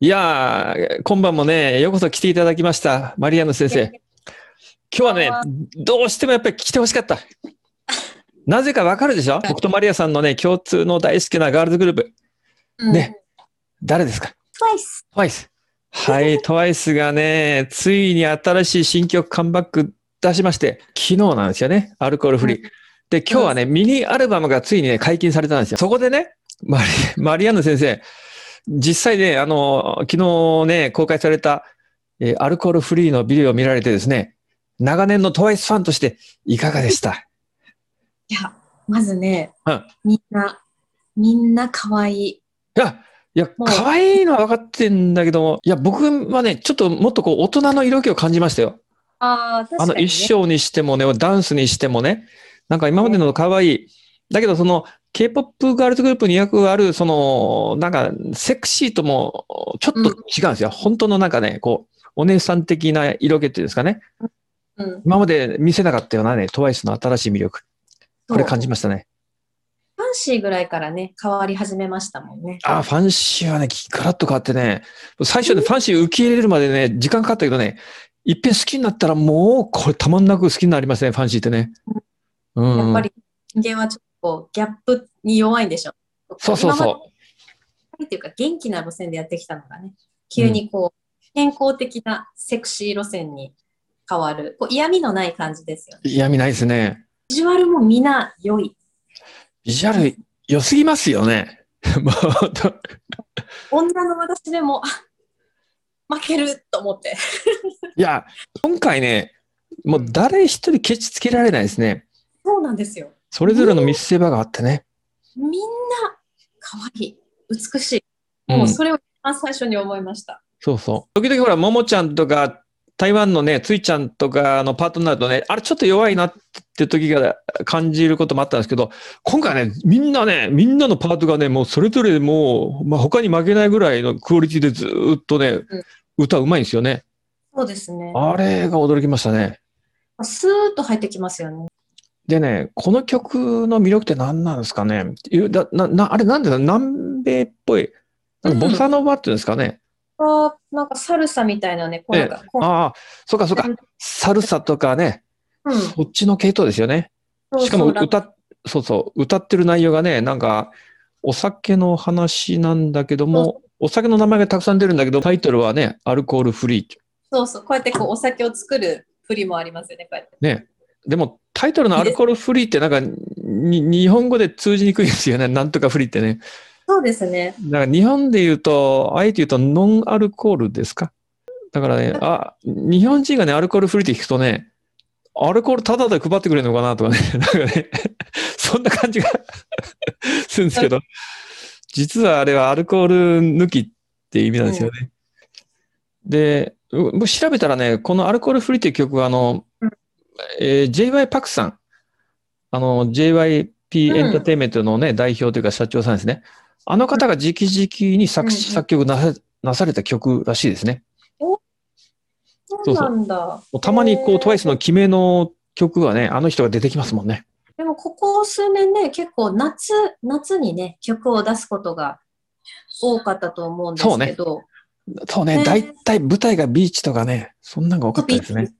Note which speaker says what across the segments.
Speaker 1: いやー、今晩もね、ようこそ来ていただきました。マリアンヌ先生。今日はね、どうしてもやっぱり来てほしかった。なぜかわかるでしょ？僕とマリアさんのね、共通の大好きなガールズグループ。ね、誰ですか？
Speaker 2: トワイス。
Speaker 1: トワイス。はい、トワイスがね、ついに新しい新曲カムバック出しまして、昨日なんですよね。アルコールフリー。で、今日はね、ミニアルバムがついにね、解禁されたんですよ。そこでね、マリアンヌ先生、実際ね、昨日ね、公開された、アルコールフリーのビデオを見られてですね、長年のトワイスファンとしていかがでした？
Speaker 2: いや、まずね、
Speaker 1: うん。
Speaker 2: みんな可愛い。
Speaker 1: 可愛いのは分かってんだけども、いや、僕はね、ちょっともっとこう、大人の色気を感じましたよ。衣
Speaker 2: 確かにね。
Speaker 1: 装にしてもね、ダンスにしてもね、なんか今までの可愛い。だけど、その、K-POP ガールズグループによくある、その、なんか、セクシーとも、ちょっと違うんですよ。本当のなんかね、こう、お姉さん的な色気っていうんですかね。今まで見せなかったようなね、トワイスの新しい魅力。これ感じましたね。
Speaker 2: ファンシーぐらいからね、変わり始めましたもんね。
Speaker 1: ファンシーはね、ガラッと変わってね、最初ね、ファンシー受け入れるまでね、時間かかったけどね、いっぺん好きになったらもう、これたまんなく好きになりますね、ファンシーってね。
Speaker 2: やっぱり人間はちょっとこうギャップに弱いんでしょ。
Speaker 1: そうそうそ
Speaker 2: う。っていうか元気な路線でやってきたのがね、急にこう、健康的なセクシー路線に変わる。こう嫌味のない感じですよね。
Speaker 1: 嫌味ないですね。
Speaker 2: ビジュアルもみんな良い。
Speaker 1: ビジュアル良すぎますよね。
Speaker 2: 女の私でも、負けると思って。
Speaker 1: いや、今回ね、もう誰一人ケチつけられないですね。
Speaker 2: そうなんですよ。
Speaker 1: それぞれの見せ場があってね。
Speaker 2: みんな可愛い、美しい。もうそれを一番最初に思いました。
Speaker 1: そうそう。時々ほら、ももちゃんとか、台湾のね、ついちゃんとかのパートになるとね、あれちょっと弱いなって時が感じることもあったんですけど、今回ね、みんなのパートがね、もうそれぞれもう、他に負けないぐらいのクオリティでずっとね、歌うまいんですよね。
Speaker 2: そうですね。
Speaker 1: あれが驚きましたね。
Speaker 2: スーッと入ってきますよね。
Speaker 1: でね、この曲の魅力って何なんですかね。あれなんで南米っぽい、なんかボサノバっていうんですかね。
Speaker 2: なんかサルサみたいなね、こうなんか
Speaker 1: そうかそうか。サルサとかね、そっちの系統ですよね。しかも歌ってる内容がね、なんか、お酒の話なんだけども、お酒の名前がたくさん出るんだけど、タイトルはね、アルコールフリー。
Speaker 2: そうそう、こうやってこうお酒を作る振りもありますよね、こうやって。
Speaker 1: ね。でも、タイトルのアルコールフリーってなんか、日本語で通じにくいですよね。なんとかフリーってね。
Speaker 2: そうですね。
Speaker 1: だから日本で言うと、あえて言うとノンアルコールですか？だからね、日本人がね、アルコールフリーって聞くとね、アルコールタダで配ってくれるのかなとかね、なんかね、そんな感じがするんですけど、実はあれはアルコール抜きって意味なんですよね。で、僕調べたらね、このアルコールフリーっていう曲はJ.Y. パクさん、JYP エンターテインメントのね、代表というか社長さんですね。あの方が直々に作詞作曲なされた曲らしいですね。
Speaker 2: そうなんだ。
Speaker 1: たまにこう、トワイスの決めの曲はね、あの人が出てきますもんね。
Speaker 2: でもここ数年ね、結構夏にね、曲を出すことが多かったと思うんですけど。
Speaker 1: そうね、大体舞台がビーチとかね、そんなのが多かったですね。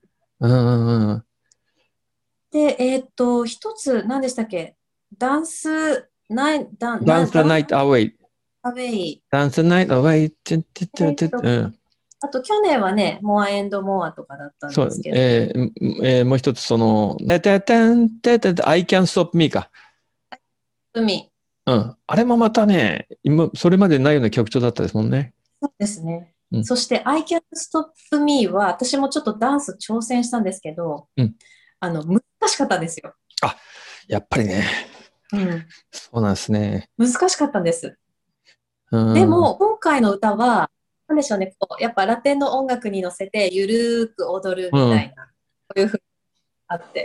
Speaker 2: で、一つ、何でしたっけ？ダンスナイト、
Speaker 1: ダンスナイトアウェイ。
Speaker 2: アウェイ。
Speaker 1: ダンスナイトアウェイ。
Speaker 2: あと去年はね、モアエンドモアとかだったん
Speaker 1: そう、
Speaker 2: ですけど。
Speaker 1: もう一つその、I can stop me か。
Speaker 2: 海。
Speaker 1: あれもまたね、それまでないような曲調だったですもんね。
Speaker 2: そうですね。そして I Can't Stop Me は私もちょっとダンス挑戦したんですけど、難しかったんですよ。
Speaker 1: やっぱりね。そうなんですね。
Speaker 2: 難しかったんです。でも、今回の歌は、なんでしょうね、やっぱラテンの音楽に乗せて、ゆるーく踊るみたいな、こういうふうにあって、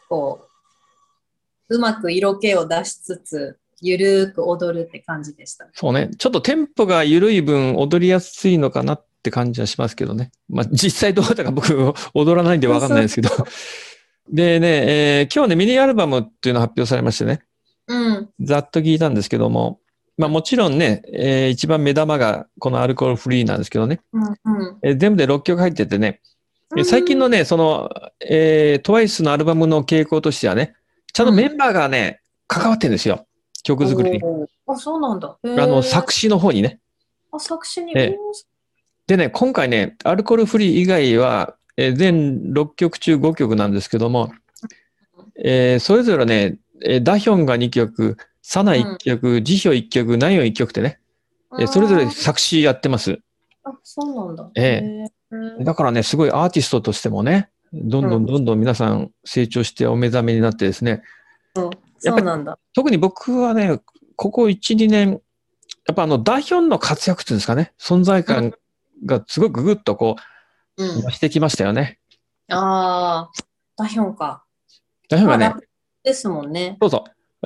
Speaker 2: うまく色気を出しつつ、ゆるーく踊るって感じでした。
Speaker 1: そうね。ちょっとテンポが緩い分、踊りやすいのかなって感じはしますけどね。まあ、実際どうだったか僕、踊らないんでわかんないですけど。でね、今日ね、ミニアルバムっていうの発表されましてね。ざっと聞いたんですけども、 まあもちろんね、一番目玉がこのアルコールフリーなんですけどね。
Speaker 2: うん
Speaker 1: 全部で6曲入っててね、最近のね、その、TWICE のアルバムの傾向としてはね、ちゃんとメンバーがね、関わってるんですよ。曲作りに。
Speaker 2: あ、そうなんだ。へえ。
Speaker 1: 作詞の方にね。
Speaker 2: あ、作詞に、
Speaker 1: えでね、今回ね、アルコールフリー以外は、全6曲中5曲なんですけども、それぞれね、ダヒョンが2曲、サナ1曲、ジヒョ1曲、ナヨン1曲ってね、それぞれ作詞やってます。
Speaker 2: あ、そうなんだ。
Speaker 1: だからね、すごいアーティストとしてもね、どんどんどんどん皆さん成長してお目覚めになってですね、やっぱり特に僕はね、ここ1、2年、やっぱダヒョンの活躍っていうんですかね、存在感がすごくぐっとこう、増してきましたよね。
Speaker 2: ああ、ダヒョンか。
Speaker 1: ダヒョンがね、
Speaker 2: ラップですもんね。
Speaker 1: そうそう。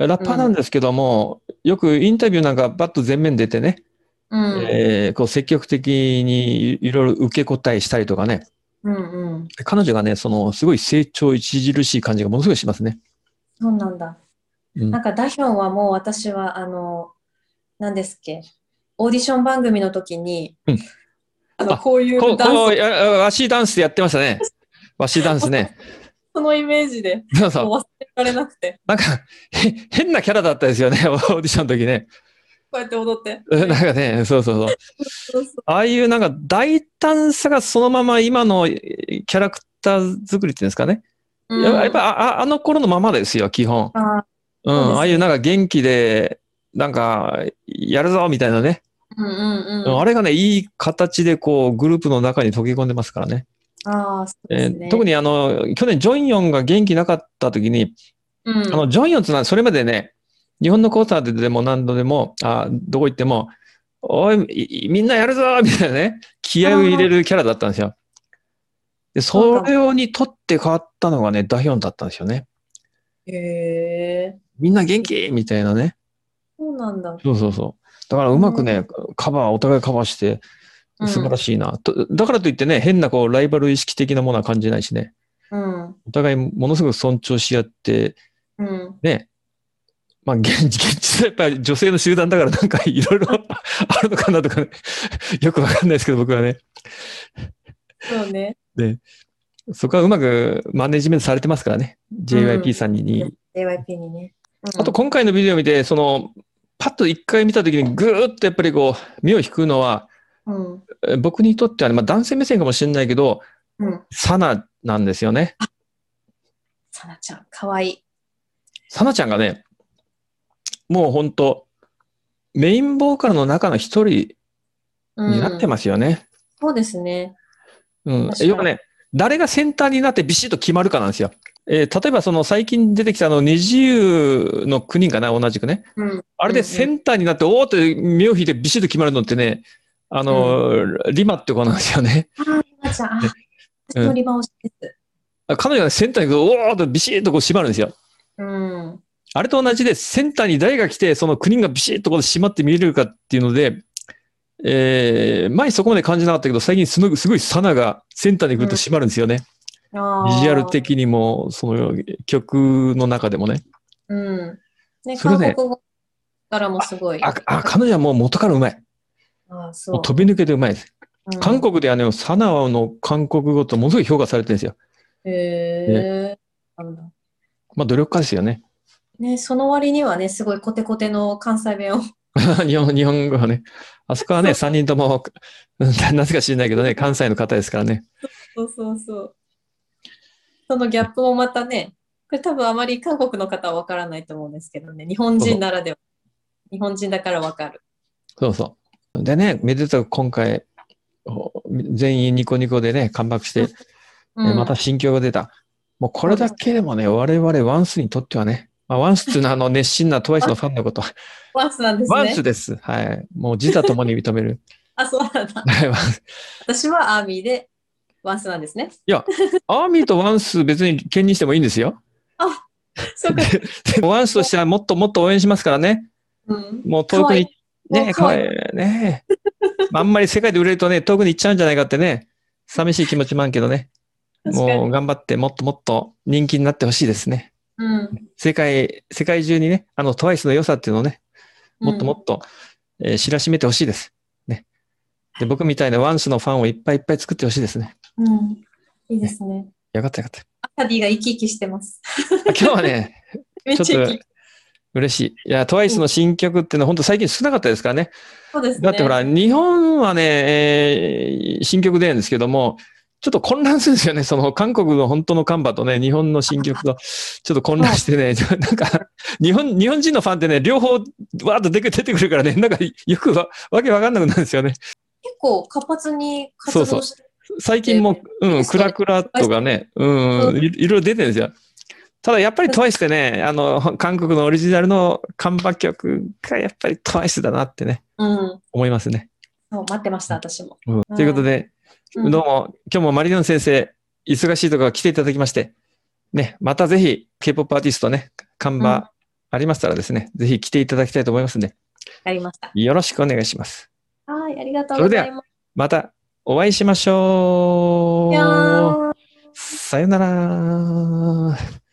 Speaker 1: ラッパーなんですけども、よくインタビューなんかバッと前面出てね、こう積極的にいろいろ受け答えしたりとかね。彼女がね、そのすごい成長著しい感じがものすごいしますね。
Speaker 2: そうなんだ。なんかダヒョンはもう私は何ですっけ、オーディション番組の時に、こういうダンス。
Speaker 1: わしダンスでやってましたね。わしダンスね。
Speaker 2: そのイメージで、もう忘れられなくて。
Speaker 1: なんか、変なキャラだったですよね、オーディションの時ね。
Speaker 2: こうやって踊って。
Speaker 1: なんかね、そうそうそう。ああいうなんか大胆さがそのまま今のキャラクター作りっていうんですかね。やっぱあの頃のままですよ、基本。ああいうなんか元気で、なんか、やるぞみたいなね。あれがね、いい形でこう、グループの中に溶け込んでますからね。特に去年ジョンヨンが元気なかった時に、ジョンヨンってのはそれまでね、日本のコンサートでも何度でも、どこ行っても、おい、みんなやるぞみたいなね、気合を入れるキャラだったんですよ。で、それにとって変わったのがね、ダヒョンだったんですよね。みんな元気みたいなね。
Speaker 2: そうなんだ。
Speaker 1: そうそうそう。だからうまくね、お互いカバーして、素晴らしいな。だからといってね、変なこう、ライバル意識的なものは感じないしね。お互いものすごく尊重し合って、ね。まあ、現実はやっぱり女性の集団だからなんかいろいろあるのかなとか、ね、よくわかんないですけど、僕はね。
Speaker 2: そうね。
Speaker 1: で、そこはうまくマネジメントされてますからね。JYP さんに。
Speaker 2: JYP にね。
Speaker 1: あと今回のビデオを見て、パッと一回見たときにぐーっとやっぱりこう、目を引くのは、僕にとってはね、まあ男性目線かもしれないけど、サナなんですよね。
Speaker 2: サナちゃん、かわいい。
Speaker 1: サナちゃんがね、もう本当メインボーカルの中の一人になってますよね。
Speaker 2: そうですね。
Speaker 1: 要はね、誰がセンターになってビシッと決まるかなんですよ。例えば最近出てきた20の9人かな、同じくね。あれでセンターになって、おーって目を引いてビシッと決まるのってね、リマって子なんですよね。
Speaker 2: リマちゃん。私のリマ推しです。
Speaker 1: 彼女がセンターにおーっとビシッとこう締まるんですよ。あれと同じで、センターに誰が来て、その9人がビシッとこう締まって見れるかっていうので、前そこまで感じなかったけど、最近すごいサナがセンターに来ると締まるんですよね。ビジュアル的にも、その曲の中でもね。
Speaker 2: 韓国語からもすごい。
Speaker 1: 彼女はもう元からうまい。もう飛び抜けてうまいです。韓国ではね、サナの韓国語とものすごい評価されてるんですよ。まあ努力家ですよね。
Speaker 2: ね、その割にはね、すごいコテコテの関西弁を。
Speaker 1: 日本語はね。あそこはね、3人とも、なぜか知らないけどね、関西の方ですからね。
Speaker 2: そうそうそう。そのギャップもまたね、これ多分あまり韓国の方はわからないと思うんですけどね、日本人ならでは。日本人だからわかる。
Speaker 1: そうそう。でね、めでたく今回、全員ニコニコでね、カムバックして、また新曲が出た。もうこれだけでもね、我々ワンスにとってはね、ワンスっていうのは熱心なTWICEのファンのこと。
Speaker 2: ワンスなんですね。
Speaker 1: ワンスです。はい。もう自他ともに認める。
Speaker 2: そうなんだ。私はアーミーでワンスなんですね。
Speaker 1: いや、アーミーとワンス別に兼任してもいいんですよ。
Speaker 2: そうか。
Speaker 1: ワンスとしてはもっともっと応援しますからね。もう遠くに、ね、かわいいね。あんまり世界で売れるとね、遠くに行っちゃうんじゃないかってね、寂しい気持ちもあるけどね。もう頑張ってもっともっと人気になってほしいですね。世界中にね、TWICEの良さっていうのをね、 もっともっと、知らしめてほしいです。ね。で、僕みたいなワンスのファンをいっぱいいっぱい作ってほしいですね。
Speaker 2: うん。いいですね。
Speaker 1: よかったよかった。
Speaker 2: アサディが生き生きしてます。
Speaker 1: 今日はね、
Speaker 2: めっ
Speaker 1: ちょっと
Speaker 2: ちゃ生き生き。
Speaker 1: 嬉しい。いや、トワイスの新曲っていうのは本当最近少なかったですからね。
Speaker 2: そうです
Speaker 1: だってほら、
Speaker 2: ね。
Speaker 1: 日本はね、新曲出るんですけども、ちょっと混乱するんですよね。その韓国の本当のカンバとね、日本の新曲と、ちょっと混乱してね、なんか、日本人のファンってね、両方わーっと出てくるからね、なんかよくわけわかんなくなるんですよね。
Speaker 2: 結構活発に
Speaker 1: そうそう。
Speaker 2: 活動して
Speaker 1: 最近も、クラクラとかね、いろいろ出てるんですよ。ただやっぱりトワイスってね、韓国のオリジナルのカンバ曲がやっぱりトワイスだなってね、思いますね。
Speaker 2: そう、待ってました、私も。
Speaker 1: ということで、どうも、今日もマリノン先生、忙しいところ来ていただきまして、ね、またぜひ K-POP アーティストね、カンバありましたらですね、ぜひ来ていただきたいと思いますんで、
Speaker 2: やりました。
Speaker 1: よろしくお願いします。
Speaker 2: はい、ありがとうございます。
Speaker 1: またお会いしましょう。さよなら。